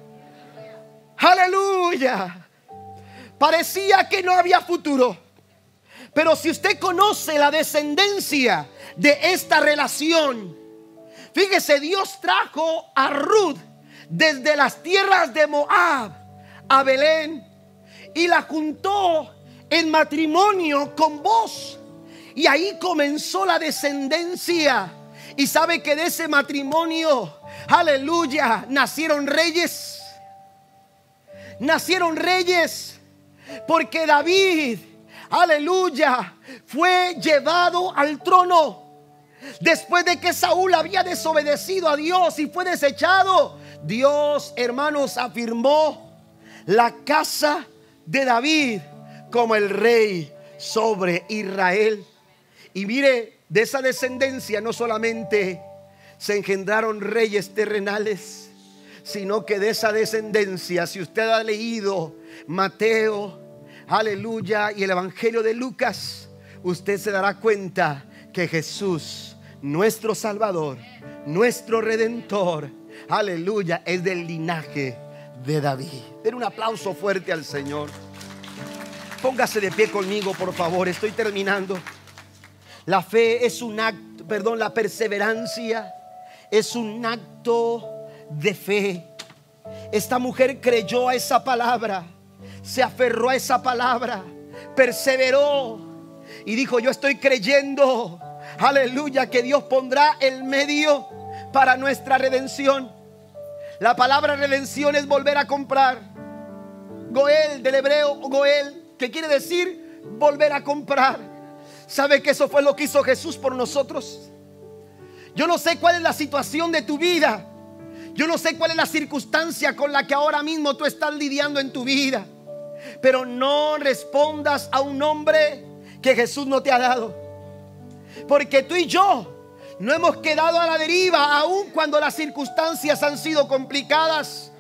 [SPEAKER 1] Aleluya. Parecía que no había futuro, pero si usted conoce la descendencia de esta relación, fíjese, Dios trajo a Ruth desde las tierras de Moab a Belén y la juntó en matrimonio con Boaz. Y ahí comenzó la descendencia. Y sabe que de ese matrimonio, aleluya, nacieron reyes. Nacieron reyes porque David, aleluya, fue llevado al trono después de que Saúl había desobedecido a Dios y fue desechado. Dios, hermanos, afirmó la casa de David como el rey sobre Israel. Y mire, de esa descendencia no solamente se engendraron reyes terrenales, sino que de esa descendencia, si usted ha leído Mateo, aleluya, y el Evangelio de Lucas, usted se dará cuenta que Jesús, nuestro Salvador, nuestro Redentor, aleluya, es del linaje de David. Den un aplauso fuerte al Señor. Póngase de pie conmigo, por favor, estoy terminando. La fe es un acto, la perseverancia es un acto de fe. Esta mujer creyó a esa palabra, se aferró a esa palabra, perseveró y dijo: yo estoy creyendo, aleluya, que Dios pondrá el medio para nuestra redención. La palabra redención es volver a comprar. Goel, del hebreo Goel, que quiere decir volver a comprar. ¿Sabe que eso fue lo que hizo Jesús por nosotros? Yo no sé cuál es la situación de tu vida. Yo no sé cuál es la circunstancia con la que ahora mismo tú estás lidiando en tu vida, pero no respondas a un nombre que Jesús no te ha dado, porque tú y yo no hemos quedado a la deriva, aun cuando las circunstancias han sido complicadas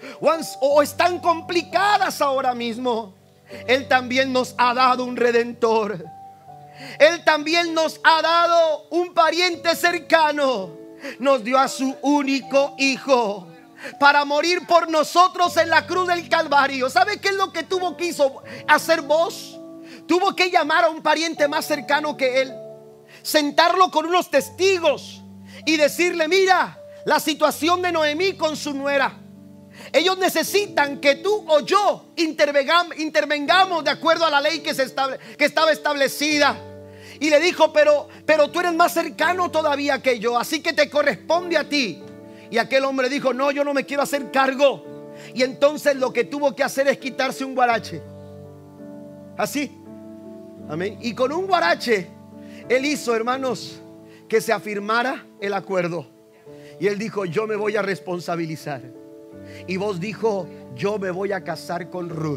[SPEAKER 1] o están complicadas ahora mismo. Él también nos ha dado un redentor. Él también nos ha dado un pariente cercano. Nos dio a su único hijo para morir por nosotros en la cruz del Calvario. ¿Sabe qué es lo que quiso hacer Boaz? Tuvo que llamar a un pariente más cercano que él, sentarlo con unos testigos y decirle: mira, la situación de Noemí con su nuera, ellos necesitan que tú o yo intervengamos de acuerdo a la ley que estaba establecida. Y le dijo: pero tú eres más cercano todavía que yo, así que te corresponde a ti. Y aquel hombre dijo: no, yo no me quiero hacer cargo. Y entonces lo que tuvo que hacer es quitarse un guarache. Así, amén. Y con un guarache él hizo, hermanos, que se afirmara el acuerdo. Y él dijo: yo me voy a responsabilizar. Y vos dijo: yo me voy a casar con Ruth.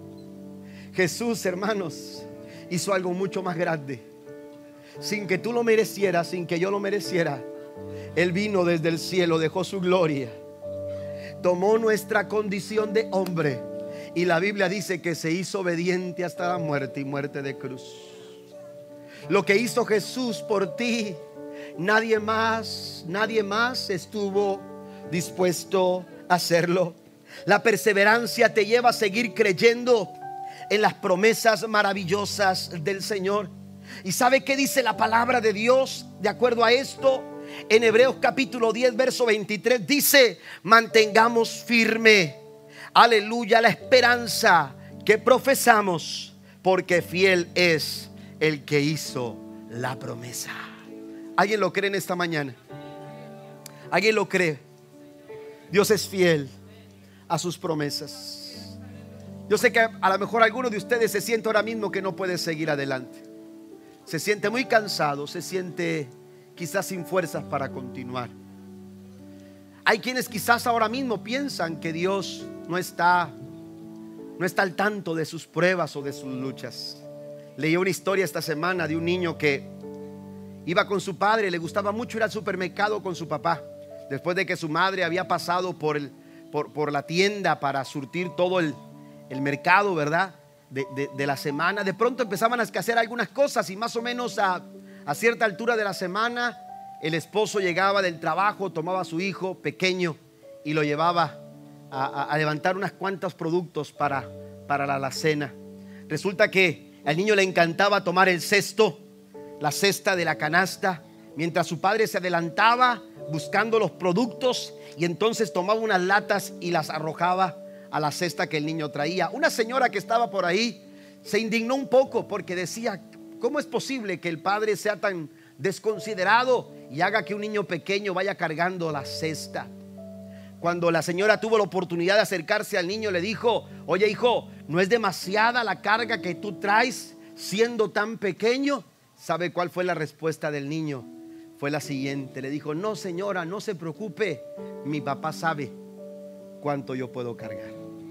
[SPEAKER 1] Jesús, hermanos, hizo algo mucho más grande. Sin que tú lo merecieras, sin que yo lo mereciera, Él vino desde el cielo, dejó su gloria, tomó nuestra condición de hombre, y la Biblia dice que se hizo obediente hasta la muerte, y muerte de cruz. Lo que hizo Jesús por ti, nadie más estuvo dispuesto a hacerlo. La perseverancia te lleva a seguir creyendo en las promesas maravillosas del Señor. ¿Y sabe qué dice la palabra de Dios de acuerdo a esto? En Hebreos capítulo 10 verso 23 dice: mantengamos firme, aleluya, la esperanza que profesamos, porque fiel es el que hizo la promesa. ¿Alguien lo cree en esta mañana? ¿Alguien lo cree? Dios es fiel a sus promesas. Yo sé que a lo mejor alguno de ustedes se siente ahora mismo que no puede seguir adelante, se siente muy cansado, se siente quizás sin fuerzas para continuar. Hay quienes quizás ahora mismo piensan que Dios no está al tanto de sus pruebas o de sus luchas. Leí una historia esta semana de un niño que iba con su padre, le gustaba mucho ir al supermercado con su papá. Después de que su madre había pasado por la tienda para surtir todo el mercado, ¿verdad? De la semana, de pronto empezaban a escasear algunas cosas y más o menos a cierta altura de la semana el esposo llegaba del trabajo, tomaba a su hijo pequeño y lo llevaba a levantar unas cuantos productos para la alacena. Resulta que al niño le encantaba tomar el cesto, la cesta de la canasta, mientras su padre se adelantaba buscando los productos y entonces tomaba unas latas y las arrojaba a la cesta que el niño traía. Una señora que estaba por ahí se indignó un poco porque decía: ¿cómo es posible que el padre sea tan desconsiderado y haga que un niño pequeño vaya cargando la cesta? Cuando la señora tuvo la oportunidad de acercarse al niño, le dijo: oye, hijo, ¿no es demasiada la carga que tú traes siendo tan pequeño? ¿Sabe cuál fue la respuesta del niño? Fue la siguiente. Le dijo: no, señora, no se preocupe, mi papá sabe cuánto yo puedo cargar.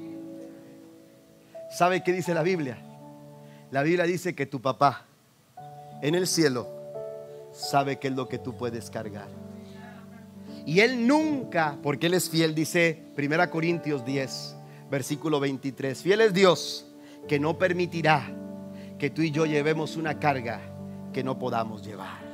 [SPEAKER 1] ¿Sabe qué dice la Biblia? La Biblia dice que tu papá en el cielo sabe qué es lo que tú puedes cargar. Y Él nunca, porque Él es fiel, dice 1 Corintios 10, versículo 23. Fiel es Dios, que no permitirá que tú y yo llevemos una carga que no podamos llevar.